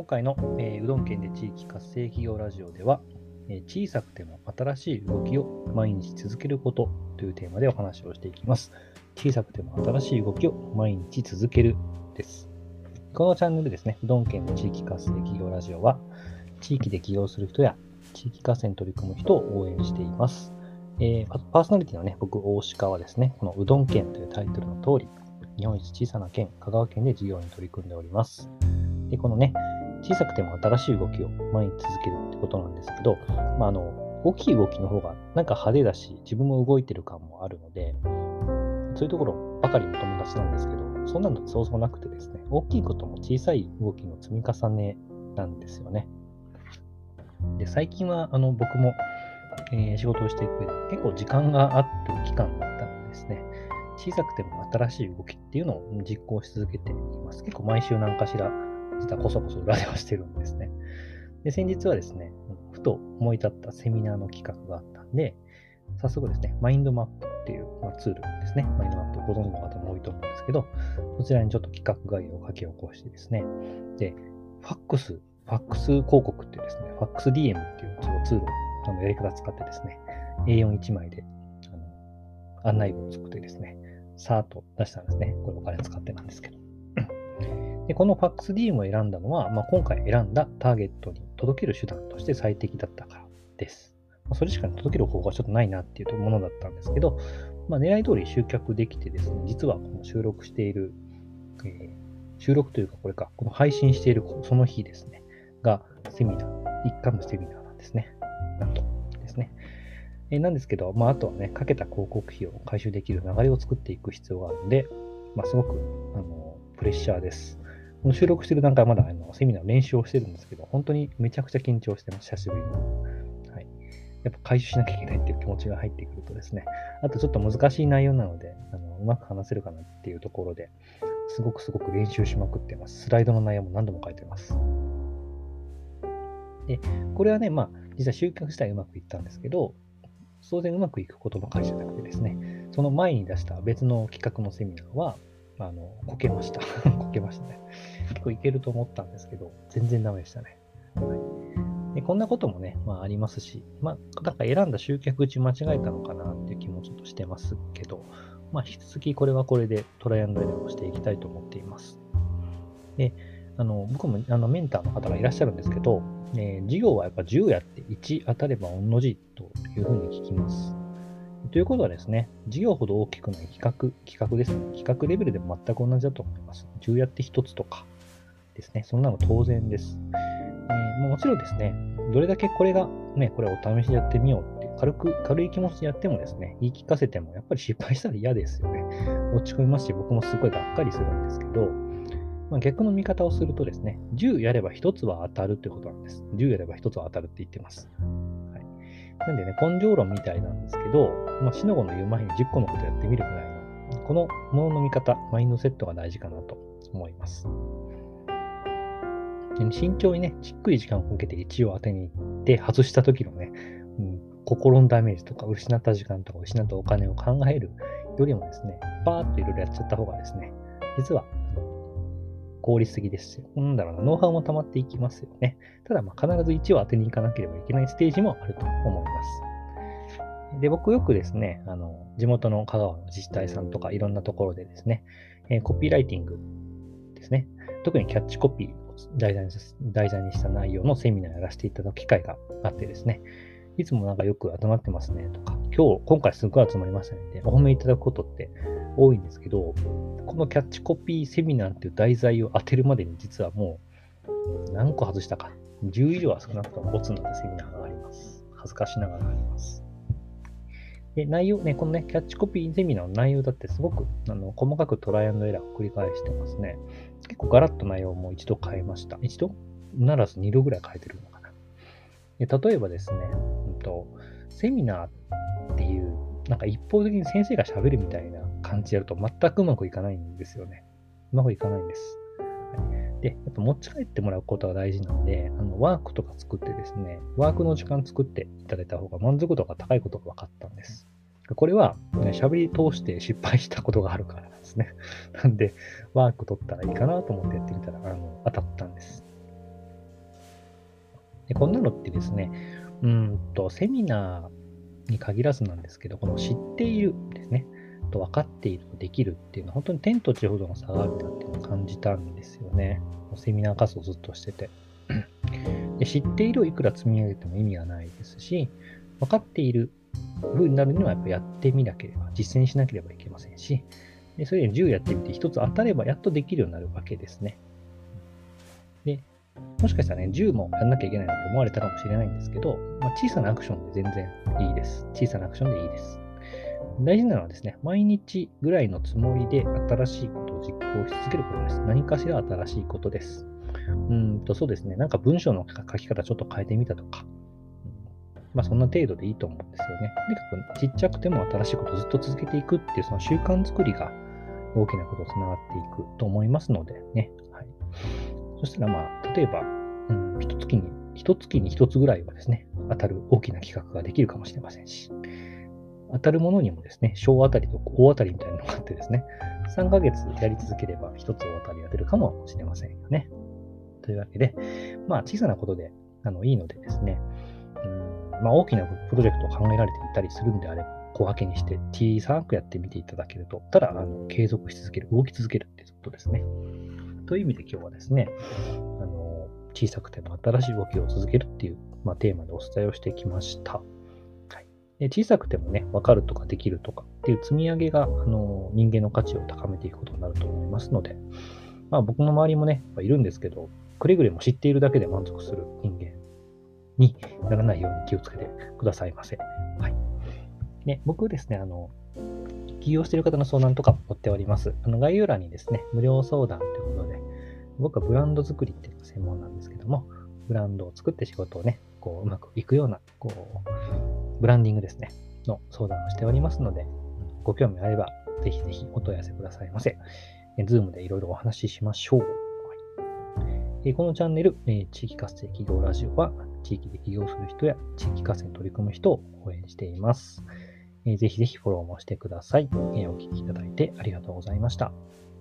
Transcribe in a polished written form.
回の、うどん県で地域活性企業ラジオでは、小さくても新しい動きを毎日続けることというテーマでお話をしていきます。小さくても新しい動きを毎日続けるです。このチャンネルですね、うどん県の地域活性企業ラジオは、地域で起業する人や地域活性に取り組む人を応援しています。パーソナリティのね、僕、大鹿はですね、このうどん県というタイトルの通り、日本一小さな県、香川県で事業に取り組んでおります。で、このね、小さくても新しい動きを毎日続けるってことなんですけど、大きい動きの方がなんか派手だし、自分も動いてる感もあるので、そういうところばかり求めがちなんですけど、そんなのそうそうなくてですね、大きいことも小さい動きの積み重ねなんですよね。で、最近は僕も、仕事をしていく上で結構時間があってる期間だったのでですね、小さくても新しい動きっていうのを実行し続けています。結構毎週何かしら、実はこそこそ裏ではしてるんですね。で、先日はですね、ふと思い立ったセミナーの企画があったんで、早速ですね、マインドマップっていう、ツールですね、マインドマップご存知の方も多いと思うんですけど、そちらにちょっと企画概要を書き起こしてですね、で、ファックス広告っていうですね、ファックス DM っていうツールのやり方を使ってですね、A41 枚で案内文を作ってですね、さーっと出したんですね。これお金使ってなんですけど。で、この FAXDM を選んだのは、今回選んだターゲットに届ける手段として最適だったからです。それしか届ける方法はちょっとないなっていうものだったんですけど、狙い通り集客できてですね、実はこの収録している、収録というかこの配信しているその日ですね、がセミナー、一貫のセミナーなんですね。なんとですね。なんですけど、あとはね、かけた広告費を回収できる流れを作っていく必要があるので、すごく、プレッシャーです。この収録してる段階はまだセミナーの練習をしてるんですけど、本当にめちゃくちゃ緊張してます、久しぶりに。はい。やっぱ回収しなきゃいけないっていう気持ちが入ってくるとですね、あとちょっと難しい内容なので、うまく話せるかなっていうところで、すごく練習しまくってます。スライドの内容も何度も書いてます。で、これはね、実は集客自体うまくいったんですけど、当然うまくいくことばかりじゃなくてですね、その前に出した別の企画のセミナーは、こけました。こけましたね。結構いけると思ったんですけど、全然ダメでしたね。はい、でこんなこともね、ありますし、なんか選んだ集客口間違えたのかなっていう気もちょっとしてますけど、引き続きこれはこれでトライアンドエラーをしていきたいと思っています。で、僕もメンターの方がいらっしゃるんですけど、授業はやっぱ10やって1当たれば御の字というふうに聞きます。ということはですね、授業ほど大きくない企画ですね。企画レベルでも全く同じだと思います。10やって1つとかですね。そんなの当然です。もちろんですね、どれだけこれがね、これをお試しでやってみようって軽い気持ちでやってもですね、言い聞かせてもやっぱり失敗したら嫌ですよね。落ち込みますし、僕もすごいがっかりするんですけど、逆の見方をするとですね、10やれば1つは当たるということなんです。10やれば1つは当たるって言ってます。はい。なんでね、根性論みたいなんですけど、しのごの言う前に10個のことやってみるぐらいの、このものの見方、マインドセットが大事かなと思います。で慎重にね、じっくり時間をかけて1を当てに行って外した時のね、心のダメージとか失った時間とか失ったお金を考えるよりもですね、バーっといろいろやっちゃった方がですね、実は効率的ですし、ノウハウも溜まっていきますよね。ただ、必ず1を当てに行かなければいけないステージもあると思います。で、僕よくですね、地元の香川の自治体さんとかいろんなところでですね、コピーライティングですね、特にキャッチコピーを題材にした内容のセミナーをやらせていただく機会があってですね、いつもなんかよく集まってますねとか、今回すごい集まりましたねってお褒めいただくことって多いんですけど、このキャッチコピーセミナーっていう題材を当てるまでに実はもう何個外したか、10以上は少なくともボツになったセミナーがあります。恥ずかしながらあります。で、内容ね、このね、キャッチコピーセミナーの内容だってすごく細かくトライアンドエラーを繰り返してますね。結構ガラッと内容も一度変えました。一度ならず2度ぐらい変えてるのかな。で例えばですね、セミナーっていう、なんか一方的に先生が喋るみたいな感じでやると全くうまくいかないんですよね。うまくいかないんです。はい、で、やっぱ持ち帰ってもらうことが大事なので、ワークとか作ってですね、ワークの時間作っていただいた方が満足度が高いことが分かったんです。これは、喋り通して失敗したことがあるからなんですね。なんで、ワーク取ったらいいかなと思ってやってみたら、当たったんです。 で、こんなのってですね、セミナーに限らずなんですけど、この知っているですね、と分かっているとできるっていうのは、本当に天と地ほどの差があるなっていうのを感じたんですよね。セミナー活動をずっとしてて。で、知っているをいくら積み上げても意味がないですし、分かっている風になるにはやっぱやってみなければ、実践しなければいけませんし、でそれで10やってみて1つ当たればやっとできるようになるわけですね。で、もしかしたらね、10もやんなきゃいけないなと思われたかもしれないんですけど、小さなアクションで全然いいです。小さなアクションでいいです。大事なのはですね、毎日ぐらいのつもりで新しいことを実行し続けることです。何かしら新しいことです。そうですね、なんか文章の書き方ちょっと変えてみたとか、そんな程度でいいと思うんですよね。とにかくちっちゃくても新しいことをずっと続けていくっていうその習慣作りが大きなことにつながっていくと思いますのでね。はい。そしたら例えば、一月に一つぐらいはですね、当たる大きな企画ができるかもしれませんし、当たるものにもですね、小当たりと大当たりみたいなのがあってですね、3ヶ月やり続ければ一つ大当たりが出るかもしれませんよね。というわけで、小さなことでいいのでですね、大きなプロジェクトを考えられていたりするんであれば、小分けにして小さくやってみていただけると、ただ継続し続ける、動き続けるってことですね。という意味で今日はですね、小さくても新しい動きを続けるっていう、テーマでお伝えをしてきました。はい、で小さくてもね、分かるとかできるとかっていう積み上げが人間の価値を高めていくことになると思いますので、僕の周りもね、いるんですけど、くれぐれも知っているだけで満足する人間にならないように気をつけてくださいませ。はい。ね、僕ですね、起業している方の相談とかも載っております。概要欄にですね、無料相談ということで、僕はブランド作りっていうのが専門なんですけども、ブランドを作って仕事をね、うまくいくような、ブランディングですね、の相談をしておりますので、ご興味あれば、ぜひぜひお問い合わせくださいませ。Zoom でいろいろお話ししましょう。このチャンネル、地域活性企業ラジオは、地域で起業する人や地域活性に取り組む人を応援しています。ぜひぜひフォローもしてください。お聞きいただいてありがとうございました。